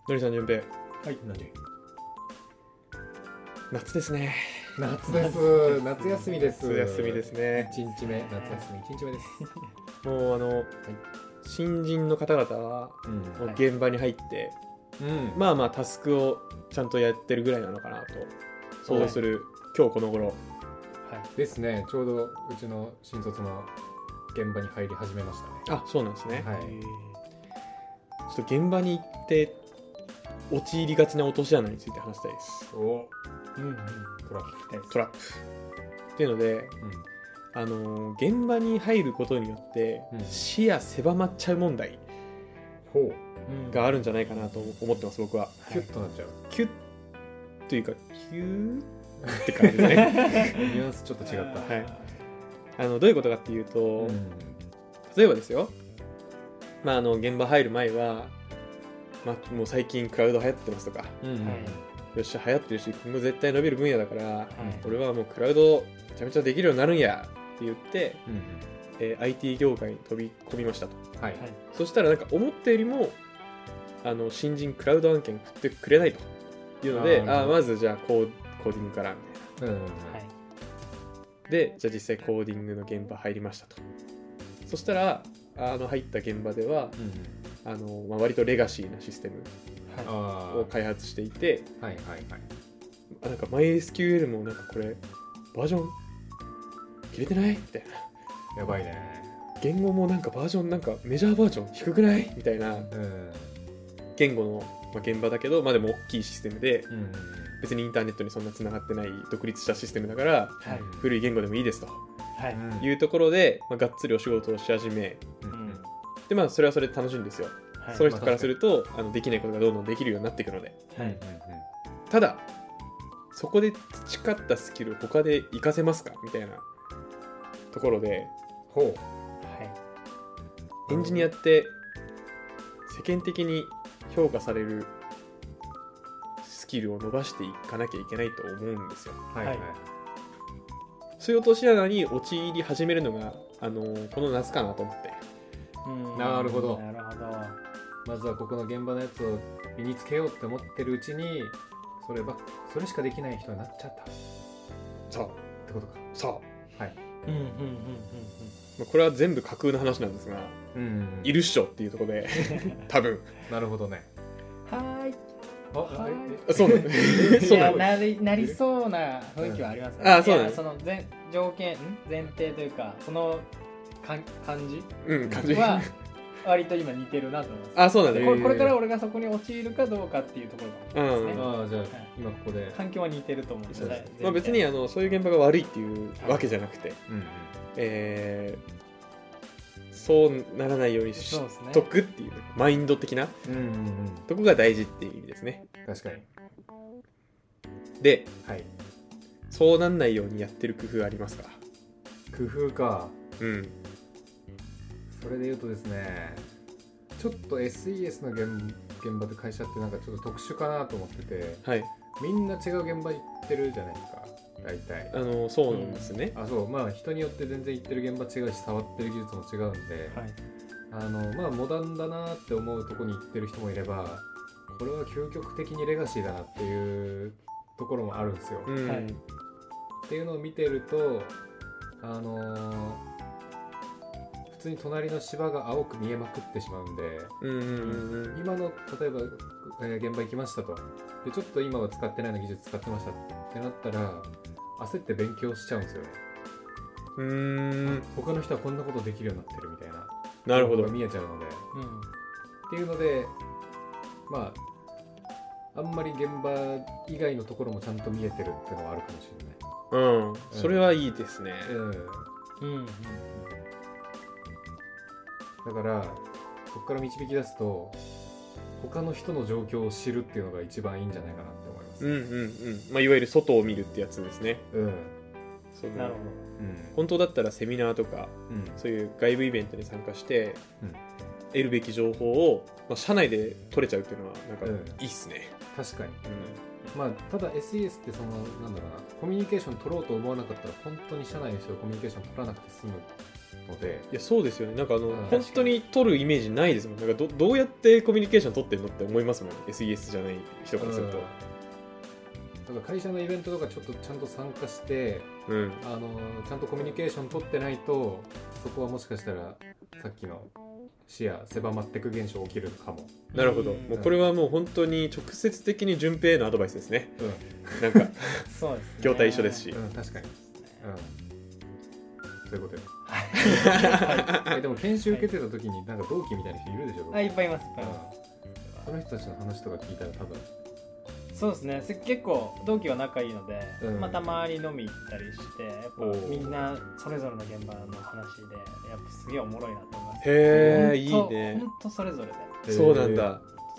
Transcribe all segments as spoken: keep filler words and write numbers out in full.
のりさん、じゅんぺい。 はい、何？ 夏ですね。 夏です。夏休みです。 夏休みですね。 いちにちめ、夏休みいちにちめです。 もうあの、はい、新人の方々は、うん、もう現場に入って、はい、まあまあタスクをちゃんとやってるぐらいなのかなと想像する、はい、今日この頃、はい、 ですね。ちょうどうちの新卒の現場に入り始めましたね。 あ、そうなんですね。 はい、 ちょっと現場に行って陥りがちな落とし穴について話したいです。 お、うんうん、トラップトラップっていうので、うん、あの現場に入ることによって視野狭まっちゃう問題があるんじゃないかなと思ってます。僕はキュッとなっちゃう、 キュッというかキューって感じですね。 ニュアンスちょっと違った、 はい、あのどういうことかっていうと、うん、例えばですよ、まあ、あの現場入る前は、まあ、もう最近クラウド流行ってますとか、うんうん、よっしゃ流行ってるし今後絶対伸びる分野だから、はい、俺はもうクラウドめちゃめちゃできるようになるんやって言って、うんうん、えー、アイティー 業界に飛び込みましたと、はい、そしたらなんか思ったよりもあの新人クラウド案件振ってくれないというので、ああまずじゃあコー、コーディングからみたいな、うんうん、はい、でじゃあ実際コーディングの現場入りましたと。そしたらあの入った現場では、うん、あのまあ、割とレガシーなシステムを開発していて、はいはいはい、あなんか MySQL もなんかこれバージョン切れてないみたいな、 やばいね。 言語もなんかバージョンなんかメジャーバージョン低くないみたいな、うん、言語の、まあ、現場だけど、まあ、でも大きいシステムで、うん、別にインターネットにそんなつながってない独立したシステムだから、はい、古い言語でもいいですと、はい、いうところで、まあ、がっつりお仕事をし始め、うん、でまあそれはそれで楽しいんですよ、はい、その人からすると、まあ、あのできないことがどんどんできるようになっていくので、はい、ただそこで培ったスキルを他で活かせますかみたいなところで、ほう、はい、エンジニアって世間的に評価されるスキルを伸ばしていかなきゃいけないと思うんですよ。はいはい、そういう落とし穴に陥り始めるのが、あのー、この夏かなと思って。 うん、なるほど。なるほど。まずはここの現場のやつを身につけようって思ってるうちに、そればそれしかできない人になっちゃった。 そうってことか。 そう。はい。 うんうんうんうんうん。これは全部架空の話なんですが、うんうんうん、いるっしょっていうところで多分。 なるほどね。 はーい。 あ、そうなんですいやなり、なりそうな雰囲気はありますね。 あ、そうなんです。 その前条件前提というかその感じ、 うん、感じは割と今似てるなと思います。 あ、そうなんです。 これ、これから俺がそこに陥るかどうかっていうところがですね。 うん、あ、じゃあ、はい、今ここで環境は似てると思うんです。 まあ、別にあのそういう現場が悪いっていうわけじゃなくて、はい、うん、えー、そうならないようにしとくっていう、ね、マインド的な、うんうんうん、とこが大事っていう意味ですね。 確かに。 で、はい、そうなんないようにやってる工夫ありますか？ 工夫か。 うん。 それで言うとですね、ちょっと エスイーエス の 現, 現場で会社ってなんかちょっと特殊かなと思ってて、はい、みんな違う現場行ってるじゃないですか、大体。 あのそうなんですね、 うん、あ、そう、まあ人によって全然行ってる現場違うし触ってる技術も違うんで、はい、あのまあモダンだなって思うとこに行ってる人もいれば、これは究極的にレガシーだなっていうところもあるんですよ、うん、はい、っていうのを見てると、あのー普通に隣の芝が青く見えまくってしまうんで、うんうんうん、今の例えば、えー、現場行きましたと、でちょっと今は使ってないの技術使ってましたってなったら焦って勉強しちゃうんですよね。うーん、他の人はこんなことできるようになってるみたいな、 なるほど、 見えちゃうので、うん、っていうので、まああんまり現場以外のところもちゃんと見えてるっていうのはあるかもしれない。うん、うん、それはいいですね。うん、うんうん、 だからそこから導き出すと他の人の状況を知るっていうのが一番いいんじゃないかなって思います。 うんうんうん。まあ、いわゆる外を見るってやつですね。うん。そのなるほど、うん。本当だったらセミナーとか、うん、そういう外部イベントに参加して、うん、得るべき情報を、まあ、社内で取れちゃうっていうのはなんかいいっすね。 うん、確かに。うん、まあただ エスイーエス ってそのなんだろうな、コミュニケーション取ろうと思わなかったら本当に社内の人とコミュニケーション取らなくて済むので、 いやそうですよね。なんかあの、うん、本当に取るイメージないですもん。なんか ど, どうやってコミュニケーション取ってるのって思いますもん、 エスイーエス じゃない人からすると、 うん、だから会社のイベントとかちょっとちゃんと参加して、うん、あのちゃんとコミュニケーション取ってないと、そこはもしかしたらさっきの視野狭まってく現象起きるかも。 なるほど、うん、もうこれはもう本当に直接的に順平へのアドバイスですね、うん、なんかそうです、ね、業態一緒ですし、 うん、確かに、うん、そういうことよえでも研修受けてた時になんか同期みたいな人いるでしょ。 あ、いっぱいいます、いっぱいいます、 うん、その人たちの話とか聞いたら多分そうですね、結構同期は仲いいので、うんまあ、たまに飲み行ったりしてやっぱみんなそれぞれの現場の話でやっぱすげえおもろいなと思います。 へえ、いいね。 ほんとそれぞれで。 そうなんだ。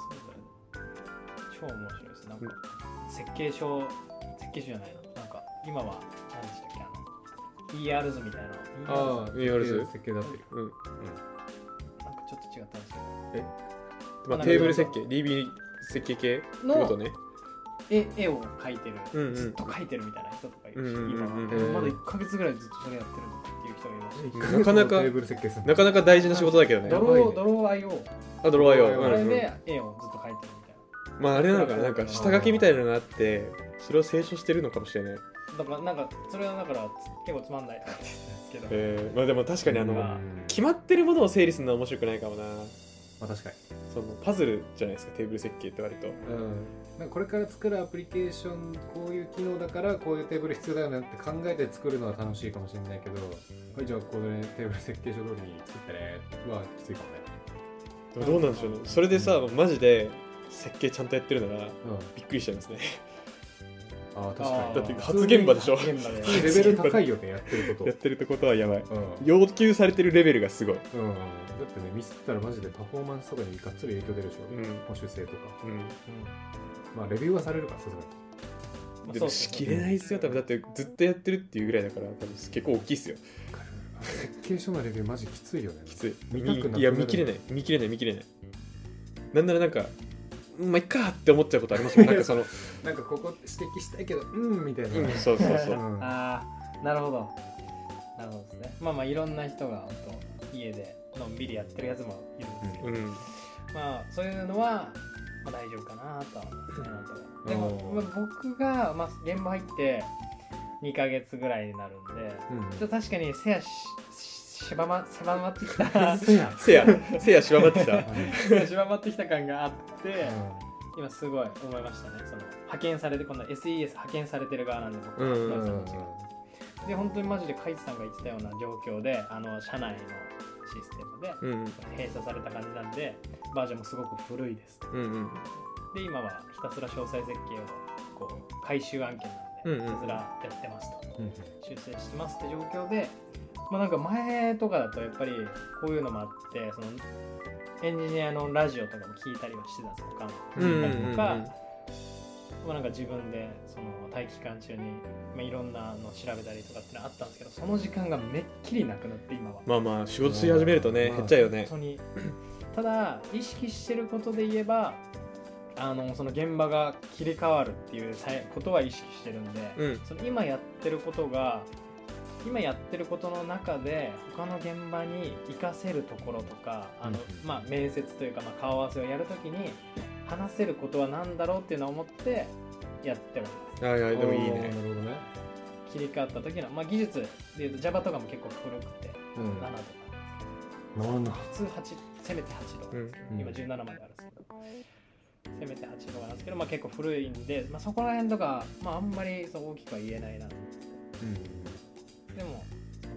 超面白いです。なんか設計書設計書じゃないの、なんか今は何でしたっけ、あの イーアール 図みたいな。 ああ イーアール 図設計だってる。うん、うん、 なんかちょっと違ったんですけど、 え、まあ、テーブル設計 ディービー 設計系ってことね。 絵, 絵を描いてる、うんうん、ずっと描いてるみたいな人とかいるし、うんうんうん、今はまだいっかげつぐらいずっとそれやってるとかっていう人がいますし、 なかなかなかなか大事な仕事だけどね。 ドロードローアイオー、 あドローアイオー、 あれで絵をずっと描いてるみたいな。 まああれなのかな、なんか下書きみたいなのがあってそれを清書してるのかもしれない。 だからなんかそれはだから結構つまんないなって言うんですけど、 えー、まあでも確かにあの、うん、決まってるものを整理するのは面白くないかもな。 まあ確かにそのパズルじゃないですか、テーブル設計って割と、うん、 なんかこれから作るアプリケーションこういう機能だからこういうテーブル必要だよねって考えて作るのは楽しいかもしれないけど、はい、じゃあこれテーブル設計書通りに作ってねはきついかもね。 でもどうなんでしょうね、それでさ、うん、マジで設計ちゃんとやってるなら、うん、びっくりしちゃいますね。 ああ確かに。 だって初現場でしょ。 現場でレベル高いよね、やってることやってるってことはやばい、うん、要求されてるレベルがすごい、うん、 だってねミスったらマジでパフォーマンスとかにがっつり影響出るでしょ、うん、保守性とか、うんうん、まあレビューはされるからさすがに、でもしきれないっすよ多分。だってずっとやってるっていうぐらいだから多分結構大きいっすよ。 設計書のレビューマジきついよね。 きつい。見たくなくなる。いや見切れない見切れない見切れない。なんならなんかまあいっかって思っちゃうことありますもん。なんかそのなんかここ指摘したいけどうんみたいな、 うん、そうそうそう、うん、 ああなるほどなるほどですね。まあまあいろんな人が本当家でのんびりやってるやつもいるんですけど、うん、まあそういうのは、まあ、大丈夫かなとは思いますね。でも、まあ、僕が、まあ、現場入ってにかげつぐらいになるんで、うん、確かにせやし狭ま、狭まってきたせやせやせや狭まってきた狭まってきた感があって、うん、今すごい思いましたね。その派遣されてこんな エスイーエス 派遣されてる側なんで僕は、うんうんうんうん、で本当にマジでカイツさんが言ってたような状況であの社内のシステムで閉鎖された感じなんで、バージョンもすごく古いです、うんうん、で今はひたすら詳細設計をこう回収案件なんでひたすらやってますと、うんうん、修正してますって状況で、まあ、なんか前とかだとやっぱりこういうのもあってそのエンジニアのラジオとかも聞いたりはしてたんですよ。他の聞いたりとか、うんうんうん、まあ、なんか自分でその待機期間中に、まあ、いろんなの調べたりとかってのあったんですけど、その時間がめっきりなくなって今はまあまあ仕事し始めるとね、まあ、減っちゃうよね。 本当にただ意識してることで言えばあのその現場が切り替わるっていうことは意識してるんで、うん、その今やってることが今やってることの中で他の現場に活かせるところとか、あの、うん、まあ、面接というか、まあ、顔合わせをやるときに話せることは何だろうっていうのを思ってやってるわけです。 はいはい、でもいいね。 なるほどね。 切り替わった時の、まあ、技術でいうと Java とかも結構古くて、うん、ななとかなんですけど、普通はち、せめてはちとかですけど、うん、今じゅうななまであるんですけど、せめてはちとかなんですけど、まあ、結構古いんで、まあ、そこら辺とか、まあ、あんまりそう大きくは言えないなと思って、うん、でも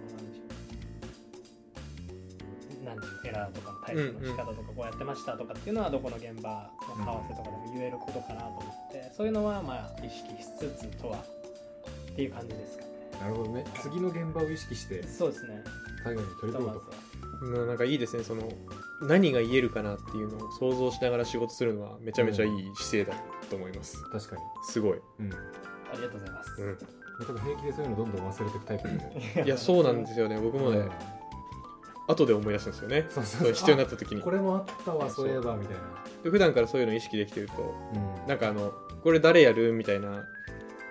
何でしょうエラーとかの対処の仕方とかこうやってましたとかっていうのはどこの現場の為替とかでも言えることかなと思って、そういうのはまあ意識しつつとはっていう感じですかね。 なるほどね。次の現場を意識してそうですね、 最後に取り組むとか、 うん、なんかいいですね。その何が言えるかなっていうのを想像しながら仕事するのはめちゃめちゃいい姿勢だと思います、 うん、確かにすごい、 うん、ありがとうございます、うん、 多分平気でそういうのどんどん忘れていくタイプでいやそうなんですよね。僕もね、うん、後で思い出すんですよね。そうそうそう、必要になった時にこれもあったわそういえばみたいな。 普段からそういうの意識できてると、うん、なんかあのこれ誰やるみたいな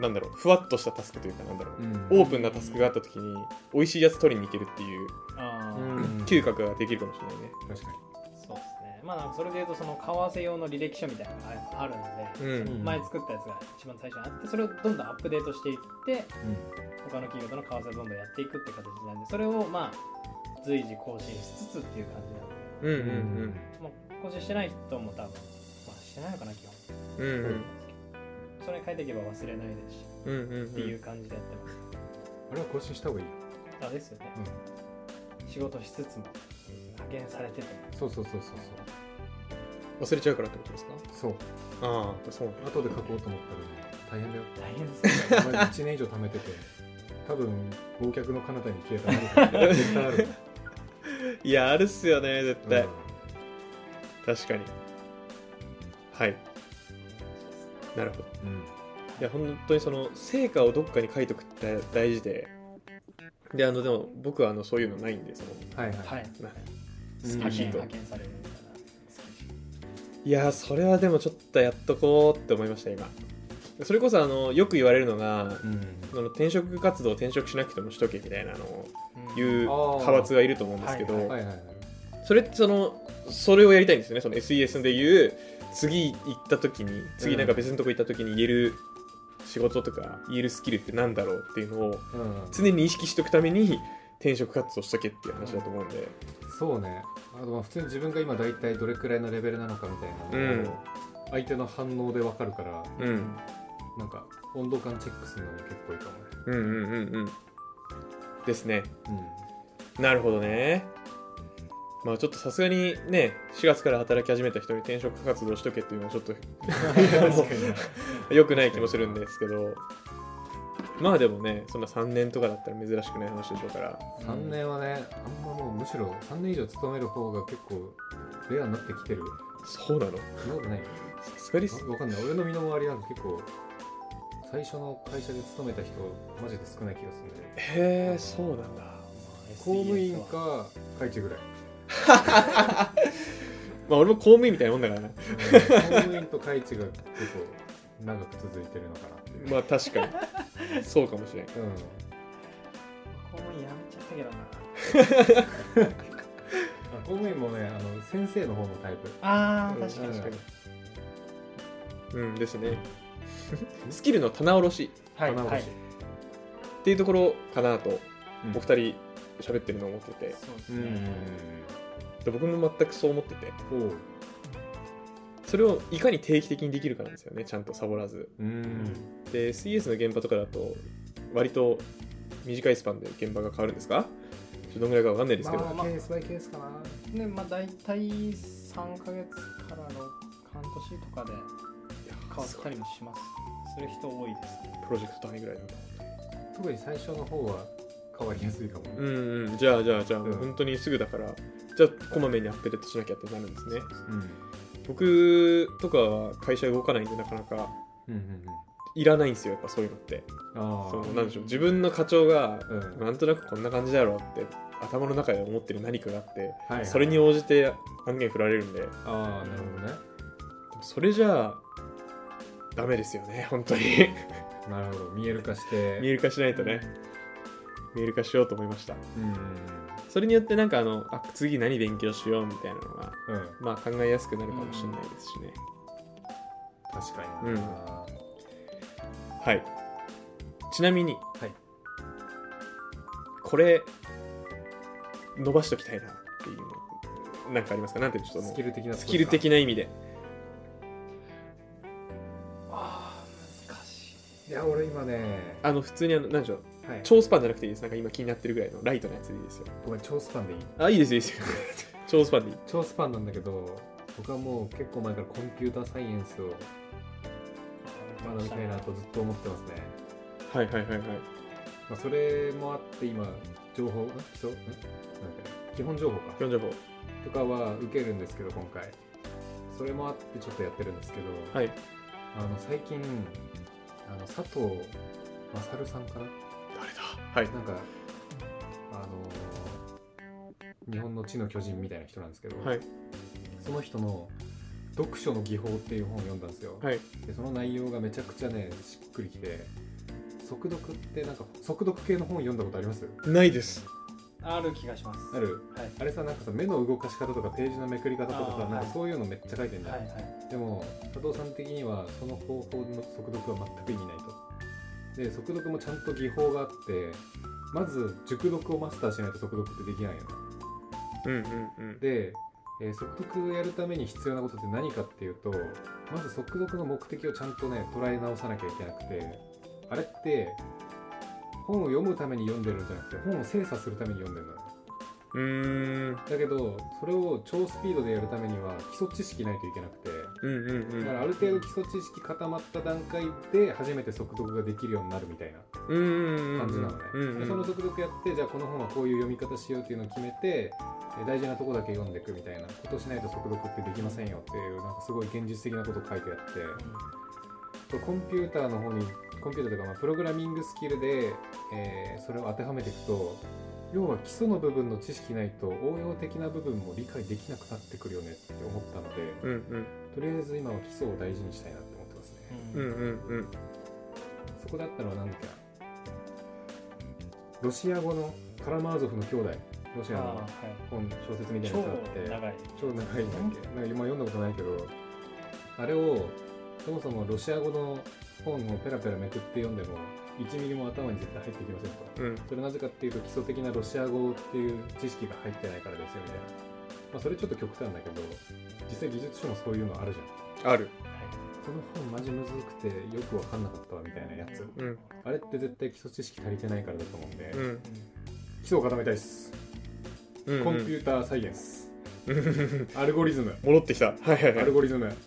なんだろうふわっとしたタスクというかなんだろう、うん、オープンなタスクがあった時に美味しいやつ取りに行けるっていうあ、うん、嗅覚ができるかもしれないね。 確かにそうですね。まあそれでいうとその為替用の履歴書みたいなのがあるんで、うん、前作ったやつが一番最初にあってそれをどんどんアップデートしていって、うん、他の企業との為替をどんどんやっていくって形なんでそれをまあ随時更新しつつっていう感じなんで、うんうんうん、まあ、更新してない人も多分、まあ、してないのかな基本、うんうん、それ変えていけば忘れないですし、うんうんうん、っていう感じでやってます。 あれは更新した方がいい。 あですよね、うん、仕事しつつも派遣されててもそうそうそうそうそう忘れちゃうからってことですか。 そうああそう後で書こうと思ったら、ね、大変だよ。 大変ですね。 お前いちねん以上貯めてて多分忘却の彼方に消えたのが絶対ある。 いやあるっすよね絶対、うん、確かにはいなるほど、うん、いや本当にその成果をどっかに書いとくって大事でであのでも僕はあのそういうのないんでそのはいはい、 スキルと派遣されるみたいな。 いやそれはでもちょっとやっとこうって思いました今。それこそあのよく言われるのが、うん、その転職活動を転職しなくてもしとけみたいなのを言う派閥がいると思うんですけど、それってそのそれをやりたいんですよね。その エスイーエス で言う次行った時に次なんか別のとこ行った時に言える仕事とか言えるスキルってなんだろうっていうのを常に意識しておくために転職活動しとけっていう話だと思うんで、 そうね。あとまあ普通に自分が今大体どれくらいのレベルなのかみたいなのを相手の反応で分かるから、うん、なんか温度感チェックするのも結構いいかもね。 うんうんうんうんですね、うん、なるほどね。まあちょっとさすがにねしがつから働き始めた人に転職活動しとけっていうのはちょっと良くない気もするんですけど、まあでもねそんなさんねんとかだったら珍しくない話でしょうから。 さんねんはねあんまもうむしろさんねん以上勤める方が結構レアになってきてる。 そうなの？ そんなことない。 さすがにわかんない。俺の身の回りなんか結構最初の会社で勤めた人マジで少ない気がするんで。 へえそうなんだ。 公務員か会計ぐらい。 まあ俺も公務員みたいなもんだからね。 公務員と会計が結構長く続いてるのかなっていう。 まあ確かにそうかもしれん、うん、 公務員やめちゃったけどな。 公務員もねあの先生の方のタイプ。 ああ確かに確かにうんですね。スキルの棚卸し、 はい、 棚卸し、はい、っていうところかなとお二人喋ってるのを思ってて、そうですね、うん、で僕も全くそう思ってて、それをいかに定期的にできるかなんですよね。ちゃんとサボらず、うん、で エスイーエス の現場とかだと割と短いスパンで現場が変わるんですか？どのぐらいか分かんないですけど、 まあ、ケースバイケースかな、 ね、まあ大体さんかげつからの半年とかで変わったりもします。する人多いですね。 プロジェクト単位ぐらいなんだ。 特に最初の方は変わりやすいかも、ね、 うんうん。じゃあじゃあじゃあ、うん、本当にすぐだからじゃあこまめにアップデートしなきゃってなるんですね、うん、僕とかは会社動かないんでなかなかいらないんですよやっぱそういうのって。あそのなんでしょう、自分の課長が、うん、なんとなくこんな感じだろうって頭の中で思ってる何かがあって、はいはい、それに応じて案件振られるんで。 ああなるほどね。 それじゃあダメですよね本当に。 なるほど。見える化して見える化しないとね、見える化しようと思いました。うんそれによってなんかあのあ次何勉強しようみたいなのが、うん、まあ考えやすくなるかもしれないですしね、 うん、確かに、うん、 はい。ちなみに、はい、これ伸ばしときたいなっていうのなんかありますか？なんてちょっとスキル的なスキル的な意味で。 あー難しい。 いや俺今ねあの普通にあの何でしょう、はい、超スパンじゃなくていいです。なんか今気になってるぐらいのライトなやつでいいですよ。 ごめん超スパンでいい？ あいいですいいですよ。超スパンでいい。 超スパンなんだけど僕はもう結構前からコンピューターサイエンスを学びたいなとずっと思ってますね。 はいはいはいはい。 まあ、それもあって今情報基礎なんか基本情報か基本情報とかは受けるんですけど今回それもあってちょっとやってるんですけど、 はい、 あの最近あの佐藤勝さんかな。 誰だ。はい。 なんかあの日本の知の巨人みたいな人なんですけど、はい、その人の読書の技法っていう本を読んだんですよ、はい、でその内容がめちゃくちゃねしっくりきて速読ってなんか速読系の本読んだことあります？ ないです。 ある気がします。 ある、はい、あれさ、なんかさ、目の動かし方とかページのめくり方とかさ、なんかそういうのめっちゃ書いてんじゃん、はいはい、でも佐藤さん的にはその方法の速読は全く意味ないと。で速読もちゃんと技法があって、まず熟読をマスターしないと速読ってできないよね。うんうんうん。で、えー、速読をやるために必要なことって何かっていうと、まず速読の目的をちゃんとね捉え直さなきゃいけなくて、あれって本を読むために読んでるんじゃなくて本を精査するために読んでるのよ。うーんだけどそれを超スピードでやるためには基礎知識ないといけなくて、うんうんうん、だからある程度基礎知識固まった段階で初めて速読ができるようになるみたいな感じなのね、うんうんうん、でその速読やって、じゃあこの本はこういう読み方しようっていうのを決めて大事なとこだけ読んでいくみたいなことをしないと速読ってできませんよっていう、なんかすごい現実的なことを書いてあって、コンピューターの方にコンピューターというか、まあプログラミングスキルで、えー、それを当てはめていくと、要は基礎の部分の知識ないと応用的な部分も理解できなくなってくるよねって思ったので、うんうん、とりあえず今は基礎を大事にしたいなって思ってますね、うんうんうん、そこだったのは何だっけな、ロシア語のカラマーゾフの兄弟、ロシアの本、小説みたいなやつがあって超長い超長いんだっけ、なんか今読んだことないけど、あれをそもそもロシア語の本をペラペラめくって読んでもいちミリも頭に絶対入ってきませんと、うん、それなぜかっていうと基礎的なロシア語っていう知識が入ってないからですよみたいな、まあ、それちょっと極端だけど実際技術書もそういうのあるじゃん。ある、はい、この本マジむずくてよく分かんなかったわみたいなやつ、うん、あれって絶対基礎知識足りてないからだと思うんで、うん、基礎を固めたいです、うんうん、コンピューターサイエンスアルゴリズム戻ってきた、はいはいはい、 アルゴリズム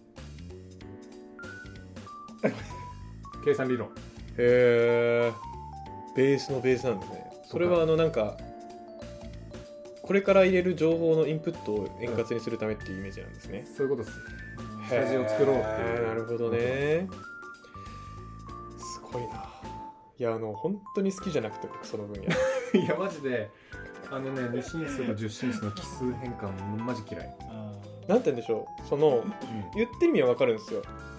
計算理論、 へー、ベースのベースなんだね。それはあのなんかこれから入れる情報のインプットを円滑にするためっていうイメージなんですね、 うん、そういうことです。下地を作ろうっていう。 なるほどね、すごいな。いや、あの本当に好きじゃなくて僕その分野いやマジであのね、に進数とじゅう進数の奇数変換マジ嫌い。 なんて言うんでしょう、その、うん、言ってる意味は分かるんですよ、うん、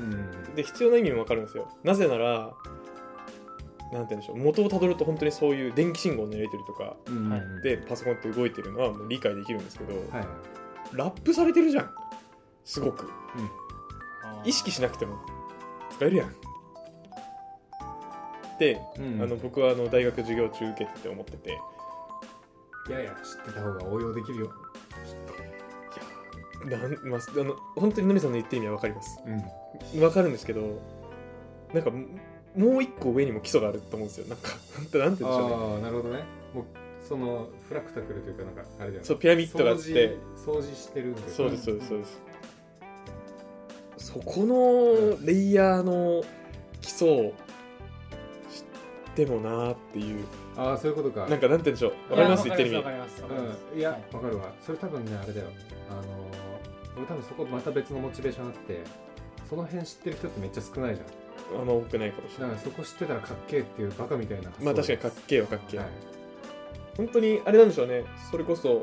で必要な意味も分かるんですよ。なぜならなんて言うんでしょう、元をたどると本当にそういう電気信号のやり取りとか、うん、でパソコンって動いてるのはもう理解できるんですけど、はい、ラップされてるじゃんすごく、うん、意識しなくても使えるやんで、うん、あの僕はあの大学授業中受けてて思ってて、 いやいや知ってた方が応用できるよなん、まあ、あの本当にのりさんの言ってる意味は分かります、うん、分かるんですけど、なんかもう一個上にも基礎があると思うんですよ。なんかなんて言うんでしょうね。 ああ、なるほどね。もうそのフラクタクルというかなんかあれだよね。 そう、ピラミッドがあって掃除してるんで。 そうですそうですそうです。そこのレイヤーの基礎を知ってもなーっていう。 ああ、そういうことか。 なんかなんて言うんでしょう。わかります言ってる意味。 わかりますわかります。 うん、いや、わかるわ。それ多分ねあれだよ。あのー、俺多分そこまた別のモチベーションあって、その辺知ってる人ってめっちゃ少ないじゃん。 あんま多くないかもしれない。 だからそこ知ってたらかっけーっていうバカみたいな。 まあ確かにかっけーはかっけー、はい、本当にあれなんでしょうね。それこそ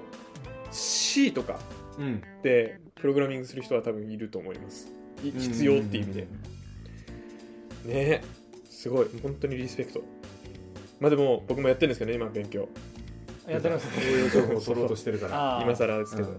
C とかでプログラミングする人は多分いると思います、うん、必要っていう意味で、うん、ねえすごい本当にリスペクト。まあでも僕もやってるんですけどね今勉強やってます。 応用情報を取ろうとしてるから今更ですけど、うん、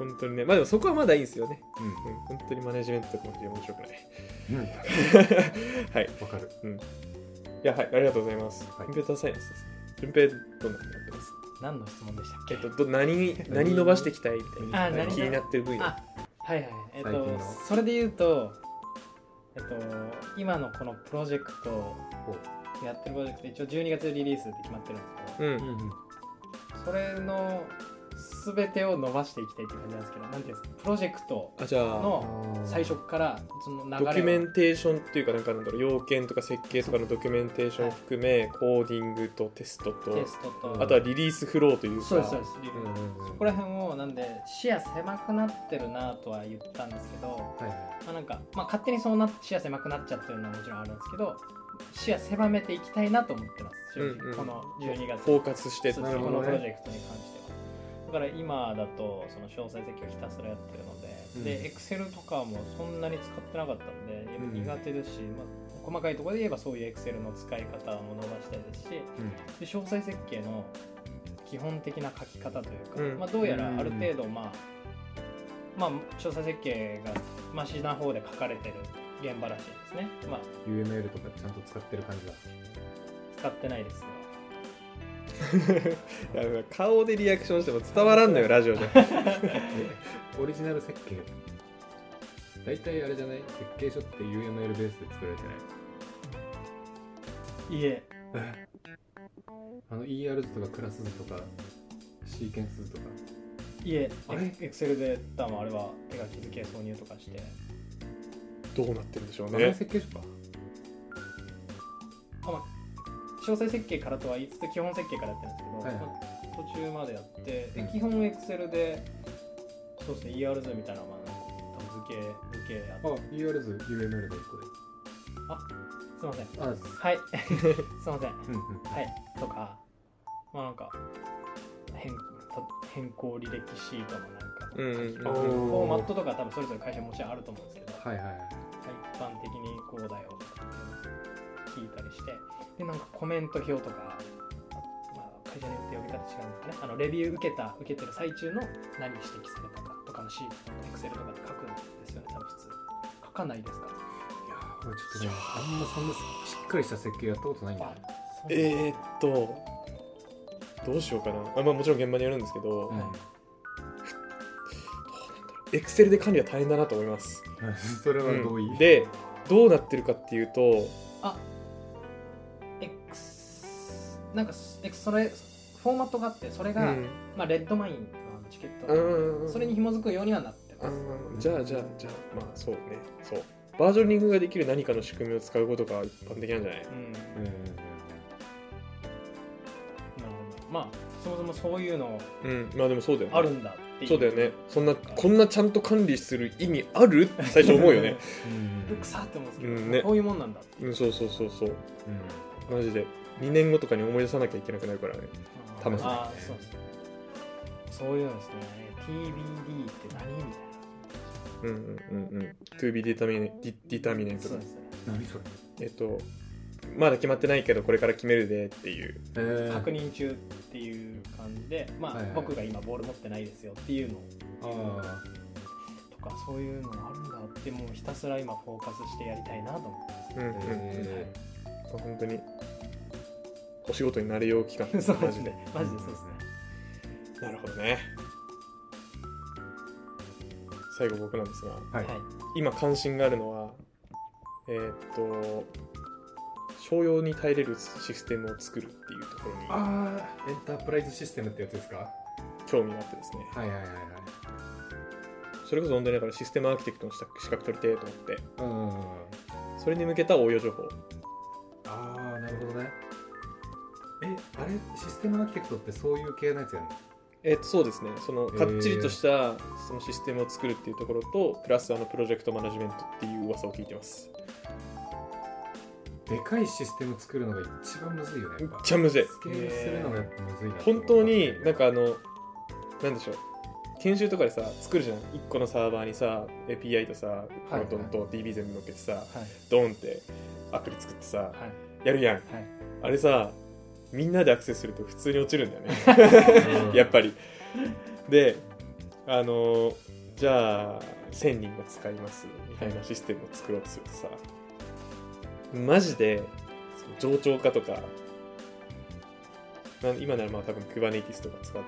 本当にね。まあでもそこはまだいいんですよね、うんうん、本当にマネジメントとかも面白くない、うん、はいわかる、うん、いやはいありがとうございます、はい、コンピューターサイエンスですね。順平どんなになってます？ 何の質問でしたっけ？ えっとど何何伸ばしていきたいみたいな気になってる分野。 あはいはいえっとそれで言うとえっと今のこのプロジェクトやってるプロジェクト一応じゅうにがつリリースって決まってるんですけど、うんうんうん、それの全てを伸ばしていきたいっていう感じなんですけど、なんていうんですか、プロジェクトの最初からその流れをドキュメンテーションっていうかなんかなんだろう、要件とか設計とかのドキュメンテーションを含め、はい、コーディングとテスト と, テストとあとはリリースフローというか、 そうですそうです、うんうん、そこら辺をなんで視野狭くなってるなとは言ったんですけど、はいまあ、なんか、まあ、勝手にそうな視野狭くなっちゃってるのはもちろんあるんですけど、視野狭めていきたいなと思ってます、正直、うんうん、このじゅうにがつフォーカスして、 ね、このプロジェクトに関しては。だから今だとその詳細設計をひたすらやってるので、 うん、で Excel とかもそんなに使ってなかったんで苦手ですし、うんまあ、細かいところで言えばそういう Excel の使い方も伸ばしたいですし、うん、で詳細設計の基本的な書き方というか、うんまあ、どうやらある程度、まあまあ、詳細設計がマシな方で書かれてる現場らしいですね、まあ、 ユーエムエル とかちゃんと使ってる感じだ。 使ってないですがいや顔でリアクションしても伝わらんのよラジオでオリジナル設計大体あれじゃない？設計書って ユーエムエル ベースで作られてない？ いえあの イーアール 図とかクラス図とかシーケンス図とかいえ、あれ Excel で多分あれは手書き付け挿入とかしてどうなってるんでしょうね。 あれ設計書か。 あ、まあ、詳細設計からとは言いつつ基本設計からやってるんですけど、はいはいまあ、途中までやって、で基本 Excel でそうですね イーアール 図みたいなのは多分図形図形やってあ イーアール 図 ユーエムエル でいっこであすいませんあはいすいませんはいとかまあなんか変変更履歴シートのなんか、うんうん、フォーマットとか多分それぞれ会社もちろんあると思うんですけど、 はいはいはい、 一般的にこうだよとか聞いたりして、でなんかコメント表とか、まあ、会社によって呼び方違うんですかね、あのレビュー受けた受けてる最中の何指摘されたかとかのシートとか Excel とかで書くんですよね。多分普通書かないですか？ いやーこれちょっとねあんまそんなしっかりした設計やったことないんだよね。 えーっとどうしようかなあ、まあ、もちろん現場にやるんですけど、うん、どうなんだろう Excel で管理は大変だなと思いますそれは同意、 うん、でどうなってるかっていうとあ X なんかそれフォーマットがあってそれが、うんまあ、レッドマインのチケット、うん、それに紐づくようにはなってます。 じゃあじゃあじゃあまあそうねそうバージョニングができる何かの仕組みを使うことが一般的なんじゃない、うんうんまあそもそもそういうのうんまあでもそうだよねあるんだっていうそうだよねそんなこんなちゃんと管理する意味あるって最初思うよねうんくさって思うんですけど、 うんね、 こういうもんなんだって、 うん、そうそうそうそう、うん、マジでにねんごとかに思い出さなきゃいけなくなるからね楽しい。 ああそうですそういうのですね ティービーディー って何みたいなうんうんうんうん to be determinate そうですね何それえっとまだ決まってないけどこれから決めるでっていう、 えー、確認中っていう感じで、まあはいはい、僕が今ボール持ってないですよっていうのあとかそういうのがあるんだってもうひたすら今フォーカスしてやりたいなと思ってます、うんうんえー、本当にお仕事になれよう期間そうですねマジでそうですね。なるほどね。最後僕なんですが、はい、今関心があるのはえー、っと商用に耐えれるシステムを作るっていうところにああエンタープライズシステムってやつですか興味があってですねはいはいはいはいそれこそ本当にだからシステムアーキテクトの資格取りてえと思ってうんそれに向けた応用情報ああなるほどねえあれシステムアーキテクトってそういう系のやつやんのえっとそうですねそのかっちりとしたそのシステムを作るっていうところとプラスあのプロジェクトマネジメントっていう噂を聞いてます。 でかいシステム作るのが一番むずいよね。 めっちゃむずい。 スケールするのがやっぱむずいな。 本当になんかあのなんでしょう研修とかでさ作るじゃんいっこのサーバーにさ エーピーアイ とさフロントと ディービー 全部乗っけてさ、はい、ドンってアプリ作ってさ、はい、やるやん、はい、あれさみんなでアクセスすると普通に落ちるんだよねやっぱりであのじゃあせんにんが使いますみたいなシステムを作ろうとするとさマジで冗長化とか今ならまあ多分 Kubernetes とか使って、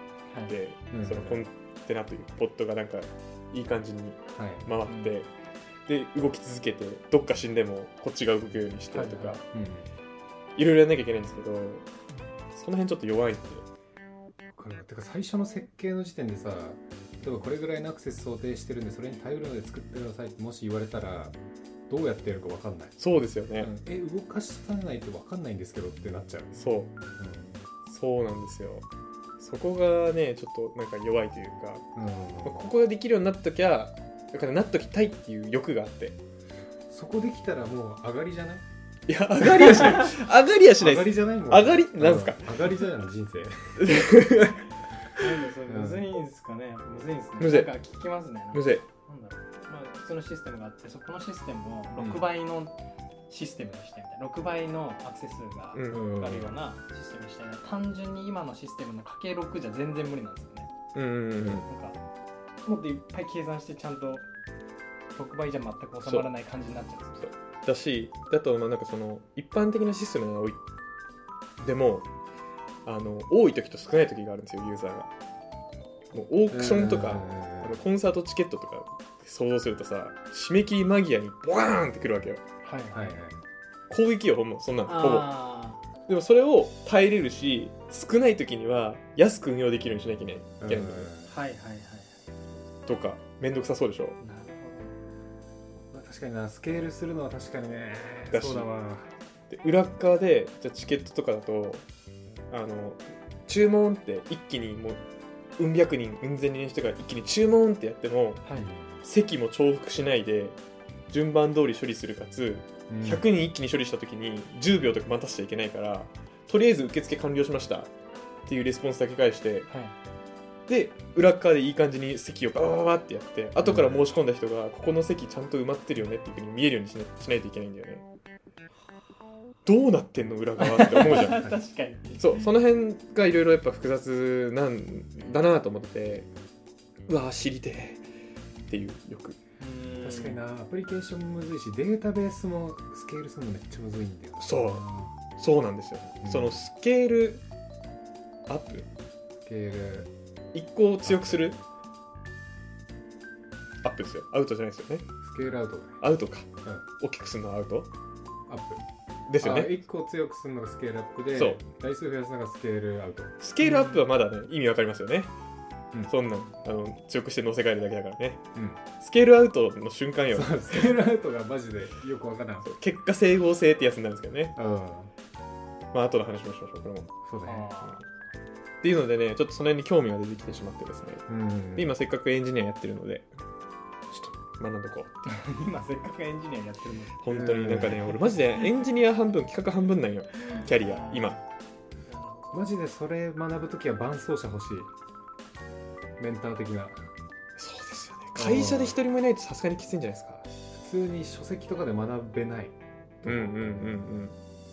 はいうん、そのコンテナというポッドがなんかいい感じに回って、はいうん、で動き続けてどっか死んでもこっちが動くようにしてとか、はいはいうん、いろいろやんなきゃいけないんですけどその辺ちょっと弱いんでてか最初の設計の時点でさ例えばこれぐらいのアクセス想定してるんでそれに頼るので作ってくださいってもし言われたらどうやってやるか分かんない。 そうですよね、 うん、え動かさないと分かんないんですけどってなっちゃう。 そう、うん、そうなんですよ。そこがねちょっとなんか弱いというか、うんまあ、ここができるようになっときゃだからなっときたいっていう欲があってそこできたらもう上がりじゃない？ いや上がりはしない上がりはしないです。 上がりじゃないもん。 上がりなんですか？ 上がりじゃないの人生なんでそれむずいんですかね。むずいんですね。 むずい。 なんか聞きますね。 むずい。 なんだろう、まあ、普通のシステムがあって、そこのシステムをろくばいのシステムにしてみたいな、ろくばいのアクセス数が上がるようなシステムにしたいな、単純に今のシステムの かけるろく じゃ全然無理なんですよね。うんうんうん、なんかもっといっぱい計算してちゃんとろくばいじゃ全く収まらない感じになっちゃうんですよ。 だし、だとまあなんかその一般的なシステムのでもあの多い時と少ない時があるんですよ、ユーザーが。もうオークションとか、あのコンサートチケットとか想像するとさ、締め切り間際にボワーンってくるわけよ。はいはいはい。攻撃よ、ほんまそんなのほぼ。でもそれを耐えれるし、少ない時には安く運用できるようにしなきゃいけないんだよ。はいはいはい。とかめんどくさそうでしょ。なるほど。確かにな、スケールするのは確かにね。そうだわ。 で裏側でじゃチケットとかだと、あの注文って一気にもううん百人うん千人の人が一気に注文ってやっても、はい、席も重複しないで順番通り処理するかつ、うん、ひゃくにん一気に処理した時にじゅうびょうとか待たせちゃいけないから、とりあえず受付完了しましたっていうレスポンスだけ返して、はい、で裏側でいい感じに席をババババってやって、後から申し込んだ人がここの席ちゃんと埋まってるよねっていう風に見えるようにし な, しないといけないんだよね。どうなってんの裏側って思うじゃん。確かに。そう、その辺がいろいろやっぱ複雑なんだなと思ってて、うわ知りてえっていう、よく。 確かにな、アプリケーションもむずいし、データベースもスケールするのめっちゃむずいんだよ。 そうそうなんですよ、うん、そのスケールアップ、 スケール一個を強くするアップですよ、アウトじゃないですよね。 スケールアウトだね。 アウトか、うん、大きくするのはアウトアップですよね。 いっこ強くするのがスケールアップで、そう台数増やすのがスケールアウト。 スケールアップはまだね、意味わかりますよね、うん、そんなあの強くして乗せ替えるだけだからね、うん、スケールアウトの瞬間よ。 そう、スケールアウトがマジでよくわからない。 結果整合性ってやつになるんですけどね、うん、まあ後の話もしましょう、これも。 そうだね、うん、 っていうのでね、ちょっとその辺に興味が出てきてしまってですね、うん、で今せっかくエンジニアやってるので学んどこう。 今せっかくエンジニアやってるの本当になんかね、俺マジでエンジニア半分企画半分なんよ、キャリア今。 マジでそれ学ぶときは伴走者欲しい、メンター的な。 そうですよね、会社で一人もいないとさすがにきついんじゃないですか。 普通に書籍とかで学べない。 うんうんうんうん。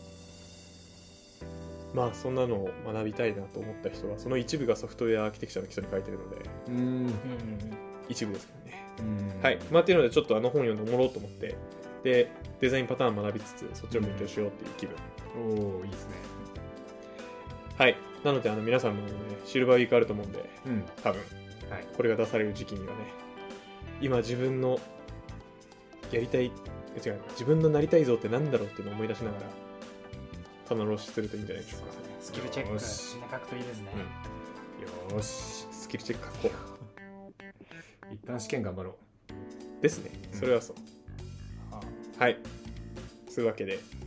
まあそんなのを学びたいなと思った人は、その一部がソフトウェアアーキテクチャの基礎に書いてるので、うん、一部ですからね。はい、まあっていうのでちょっとあの本読んでおもろうと思って、でデザインパターン学びつつそっちを勉強しようっていう気分。 おお、いいですね。 はい、なのであの皆さんもね、シルバーウィークあると思うんで、うん、多分、はい、これが出される時期にはね、今自分のやりたい、違う、自分のなりたい像ってなんだろうっていうのを思い出しながら棚卸しするといいんじゃないでしょうか。 スキルチェックしなくといいですね、 うん、よし、スキルチェック書こう。 一旦試験頑張ろうですね、それはそう、うん、はあ、はい、そういうわけで、そうですね、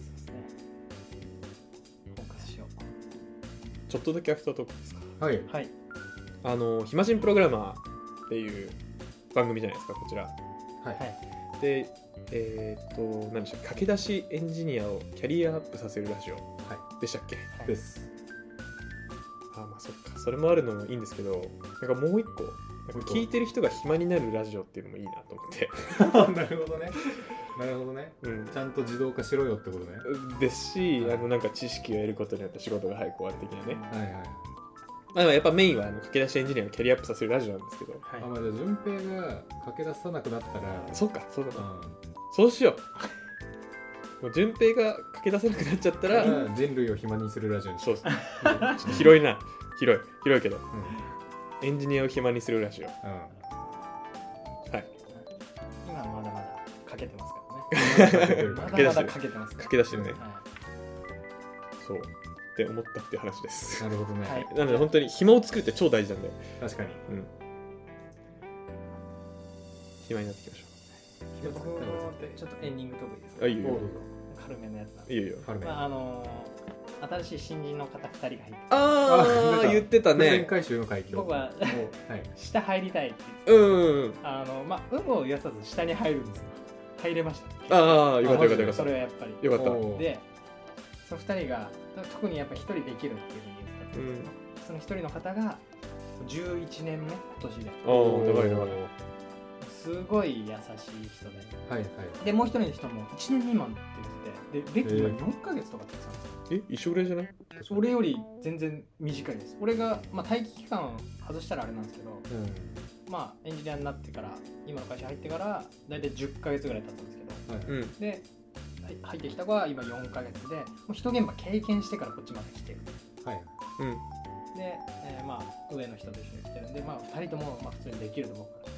フォーカスしよう。 ちょっとだけアフタートークですか。 はい、はい、 あの暇人プログラマーっていう番組じゃないですか、こちら。はい、でえー、っと何でしたっけ、駆け出しエンジニアをキャリアアップさせるラジオ、はい、でしたっけ、 はい、です。 あ、まあそっか、それもあるのもいいんですけど、なんかもう一個なんか聞いてる人が暇になるラジオっていうのもいいなと思って。 なるほどね、なるほどね、うん、ちゃんと自動化しろよってことね。 ですし、はい、あのなんか知識を得ることによって仕事が早く終わる的なね、はいはい、まあ、やっぱメインはあの駆け出しエンジニアのキャリアアップさせるラジオなんですけど、 はい、あ、まあ、じゃあ順平が駆け出さなくなったら、 そうか、そうだ、うん、そうしよう。もう順平が駆け出せなくなっちゃったら人類を暇にするラジオに。 そうそう、ちょっと広いな、広い広いけど、うん、エンジニアを暇にするラジオ、うん、はい。 今まだまだかけてますからね。まだまだかけてます。 駆け出してるね、はい、そうって思ったっていう話です。 なるほどね、はい、 なので本当に暇を作るって超大事なんで。 確かに、うん、 暇になっていきましょう。 ちょっとエンディングトークいいですか。 あ、いいよ。 軽めのやつなんで。 いいよいいよ。 まああのー、新しい新人の方ふたりが入って。 ああ、言ってたね。 前回集の会議。 僕は、はい、下入りたいって言ってた。うん。 あのまあ有無を言わさず下に入るんですよ。入れました。 ああ、よかったよかったよかった。 それはやっぱり。 よかった。 で、そのふたりが特にやっぱ一人できるっていうふうに言ってたんですけど、うん、その一人の方がじゅういちねんめ、今年で。 ああ、長い長い。 すごい優しい人で、 はいはい、 でもう一人の人もいちねん未満って言ってて、で歴はよんかげつとかって言ってたんですよ。 え一緒ぐらいじゃない？ 俺より全然短いです。俺が、まあ、待機期間外したらあれなんですけど、うん、まあエンジニアになってから今の会社入ってからだいたいじゅっかげつぐらい経ったんですけど、はい、で入ってきた子は今よんかげつで、もう一現場経験してからこっちまで来てる、はい、うん、で、えー、まあ上の人と一緒に来てるんで、まあ、ふたりともまあ普通にできると思うから、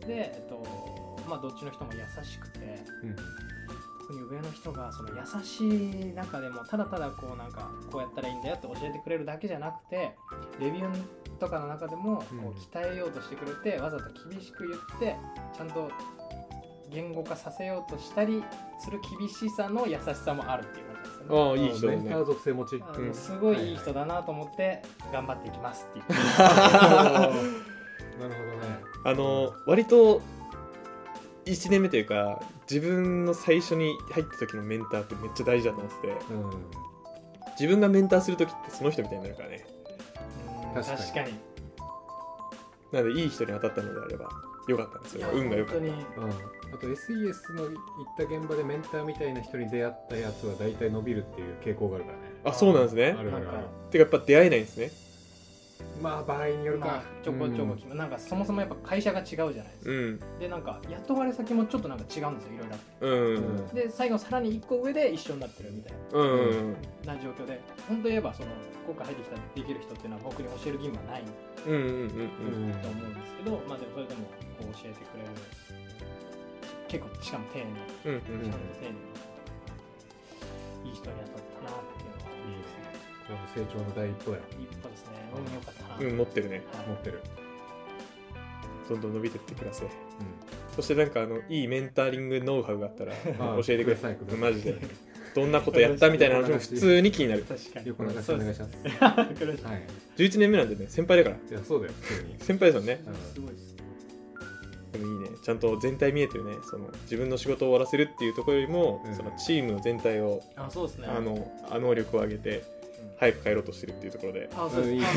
で、えっとまあ、どっちの人も優しくて、うん、特に上の人がその優しい中でもただただこうなんかこうやったらいいんだよって教えてくれるだけじゃなくて、レビューとかの中でもこう鍛えようとしてくれて、わざと厳しく言ってちゃんと言語化させようとしたりする厳しさの優しさもあるっていう感じですよね。 ああいい人だね。 メンター属性持ち、 うん、すごいいい人だなと思って頑張っていきますっていう。 なるほどね。 あの割といちねんめというか自分の最初に入った時のメンターってめっちゃ大事だと思ってて、うん、自分がメンターする時ってその人みたいになるからね。 うん確かに。確かに。 なのでいい人に当たったのであればよかったんですよ。運が良かった。うん、 あと エスイーエス の行った現場でメンターみたいな人に出会ったやつは大体伸びるっていう傾向があるからね。 あ、そうなんですね。 あるあるある。 てかやっぱ出会えないんですね。 まあ場合によるか、まあ、 ちょこちょこ、うん、なんかそもそもやっぱ会社が違うじゃないですか、うん、でなんか雇われ先もちょっとなんか違うんですよ、いろいろあって、うん、で最後さらにいっこ上で一緒になってるみたいな、うん、な状況で、本当言えばその今回入ってきたできる人っていうのは僕に教える義務はないと思うんですけど、まあでもそれでもこう教えてくれる、結構しかも丁寧に、うんうん、ちゃんと丁寧にいい人に当たったなっていうのは。 いいですね。この成長の第一歩や。 一歩ですね。運良かったな。 うん、持ってるね、 はい、持ってる。 どんどん伸びてってください、うん、そしてなんかあのいいメンターリングノウハウがあったら教えてください。マジでどんなことやったみたいな話も普通に気になる。 確かに。 横流しお願いします。 はい、 じゅういちねんめなんでね、先輩だから。 いやそうだよ。普通に先輩ですよね。 すごいです。 でもいいね。ちゃんと全体見えてるね。その自分の仕事を終わらせるっていうところよりも、うん、そのチームの全体をあ、そうですね。 あの能力を上げて早く帰ろうとしてるっていうところで。 あ、そうです。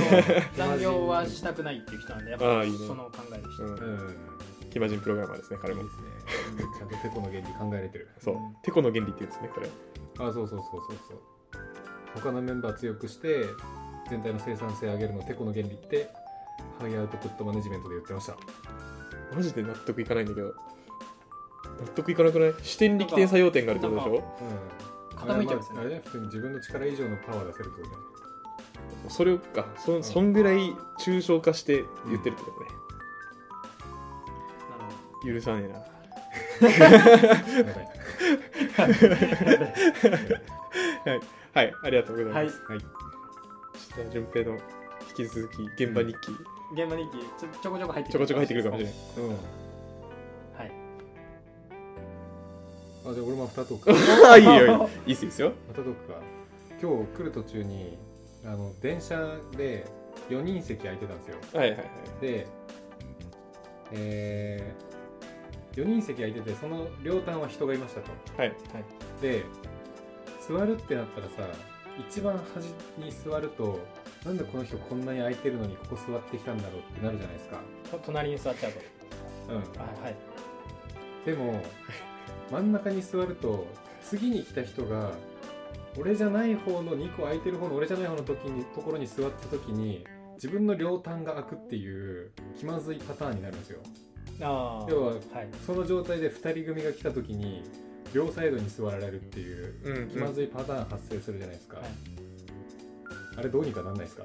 あの残業はしたくないっていう人なんで、やっぱりその考えでした。うん。 キマジンプログラマーですね、彼も。 いいですね。ちゃんとテコの原理考えれてる。 そう。テコの原理って言うんですね、これ。 あ、そうそうそうそうそう。他のメンバー強くして全体の生産性上げるのテコの原理ってハイアウトプットマネジメントで言ってました。 マジで納得いかないんだけど。納得いかなくない？視点力点作用点があるってことでしょ？ うん。傾いちゃうんですね。 あれね、普通に自分の力以上のパワー出せるってことね。 それをか、そ、うん、そんぐらい抽象化して言ってるってことね。うん、許さねえな。はい、はい、ありがとうございます。はい。はい、順平の引き続き現場日記。 現場日記ちょ、ちょこちょこ入ってくる。 ちょこちょこ入ってくるかもしれない。うん。はい。 あ、じゃあ俺もアフタートーク。 あ、いいよ、いいっすよ。 アフタートークか。今日来る途中にあの電車でよにん席空いてたんですよ。 はいはいはい。 で、えー、よにん席空いててその両端は人がいましたと。 はいはい。 で、座るってなったらさ、一番端に座るとなんでこの人こんなに空いてるのにここ座ってきたんだろうってなるじゃないですか。 隣に座っちゃうと。 うん。 あ、はい。 でも真ん中に座ると次に来た人が俺じゃない方のにこ空いてる方の俺じゃない方の時にところに座った時に自分の両端が開くっていう気まずいパターンになるんですよ。 あ、 要は、はい、その状態でふたり組が来た時に両サイドに座られるっていう気まずいパターン発生するじゃないですか、うんうん、あれどうにかなんないですか？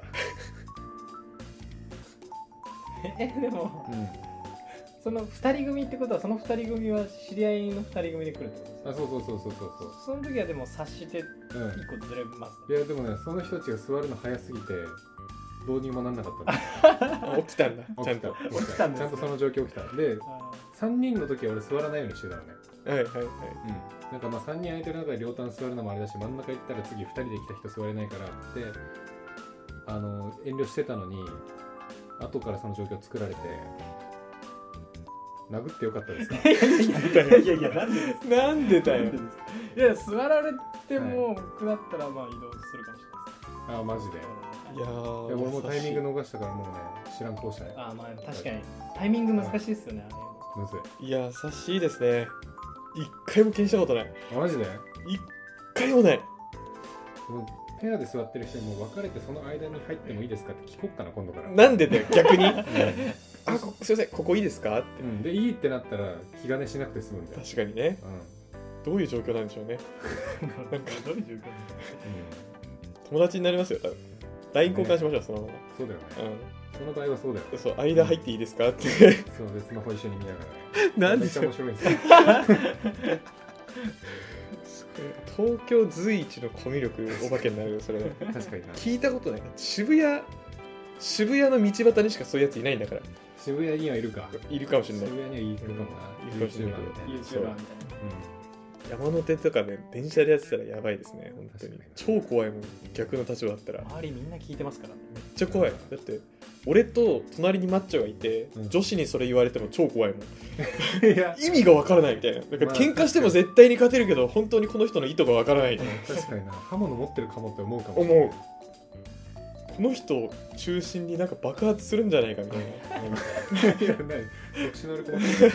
え、でも、うん、そのふたり組ってことはそのふたり組は知り合いのふたり組で来るってことですか？ あ、そうそうそうそうそうそう。 その時はでも察していっこずれます、 ね、うん、いやでもね、その人たちが座るの早すぎてどうにもなんなかったん起きたんだ。ちゃんと起きたんです、ね、ちゃんとその状況起きた。で、さんにんの時は俺座らないようにしてたのね。 はいはいはい。うん。 なんかまあさんにん空いてる中で両端座るのもあれだし、真ん中行ったら次ふたりで来た人座れないからってあの遠慮してたのに、後からその状況作られて殴ってよかったですか？ いやいやいやいや、なんでですか？ なんでだよ。 いや、座られても僕だったらまあ移動するかもしれないです。 ああ、マジで。いやー、俺もタイミング逃したからもうね、知らん顔したね。 ああ、まあ確かにタイミング難しいですよね、あれ。 むずい。優しいですね。一回も気にしたことない。 マジで一回もない。 もうペアで座ってる人にもう別れてその間に入ってもいいですかって聞こっかな今度から。 なんでだよ逆に、うん、あ、すいませんここいいですかって、 うん、でいいってなったら気兼ねしなくて済むんだよ。 確かにね、うん、どういう状況なんでしょうねなんかどういう状況、うん、 友達になりますよ多分。 ライン 交換しましょう、ね、そのまま。 そうだよね、うん、その場合はそうだよ。 そう、間入っていいですかって、うん、 そうでスマホ一緒に見ながらなんでめっちゃ面白いんですよ東京随一のコミュ力お化けになるよそれ。 確かにな。 聞いたことない。渋谷渋谷の道端にしかそういうやついないんだから。 渋谷にはいるか。 いるかもしれない。 渋谷にはいるかもな。 いるかもしれない。 YouTuber みたいな、YouTuber みたいな、 うん、山手とかね電車でやってたらやばいですね本当に。超怖いもん逆の立場だったら。 周りみんな聞いてますからね。 めっちゃ怖い。だって俺と隣にマッチョがいて、うん、女子にそれ言われても超怖いもんいや意味がわからないみたいな。なんか喧嘩しても絶対に勝てるけど本当にこの人の意図がわからない。 確かにな。刃物持ってるかもって思うかも。 思う。この人を中心になんか爆発するんじゃないかみたいな。 いやない特殊能力持ってる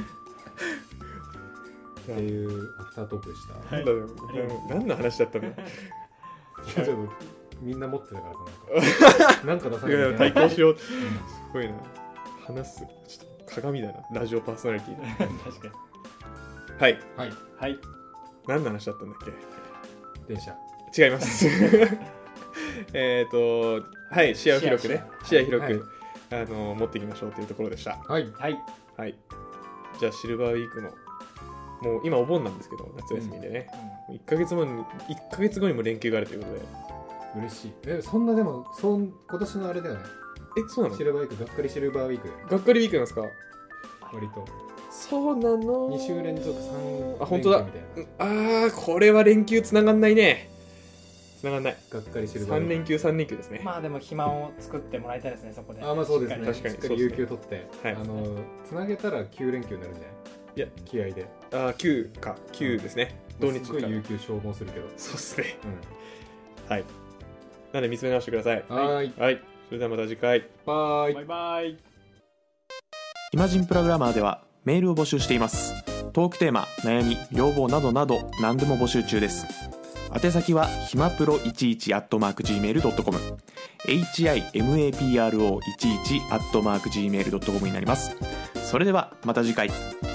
っていうアフタートークでした。 なんだろう、何の話だったんだちょっとみんな持ってたからさ、なんかなんか出さないといけない。 いや対抗しよう。すごいな。話すちょっと鏡だなラジオパーソナリティだ。 確かに。 はいはいはい。 何の話だったんだっけ。 電車。 違います。えっとはい視野を広くね視野広く、はい、あの持っていきましょうというところでした。 はいはいはい。じゃあシルバーウィークのもう今お盆なんですけど夏休みでね、うん、いっかげつごにいっかげつごにも連休があるということで嬉しい。えそんなでもそん今年のあれだよね。 えそうなの。 シルバーウィークがっかりシルバーウィークがっかりウィークなんですか。 割とそうなの。 に週連続さん連休みたいな。 あ本当だ。あーこれは連休つながんないね。つながんない。 がっかりシルバーウィークさん連休さん連休ですね。 まあでも暇を作ってもらいたいですねそこで。 あまあそうですね。 確かにしっかり有給取って、 はい、 あのつなげたらきゅう連休になるんじゃない。いや気合で。 あきゅうかきゅうですね。 土日すごい有給消耗するけど。 そうですね。うん、はい。なんで見つめ直してください。 はい。 はい。それではまた次回。 バイ。 バイバイ。 イマジンプログラマーではメールを募集しています。トークテーマ、悩み、要望などなど何でも募集中です。宛先はひまプロいちいちアットマークジーメールドットコム エイチアイエムエーピーアールオーいちいちアットマークジーメールドットコム になります。それではまた次回。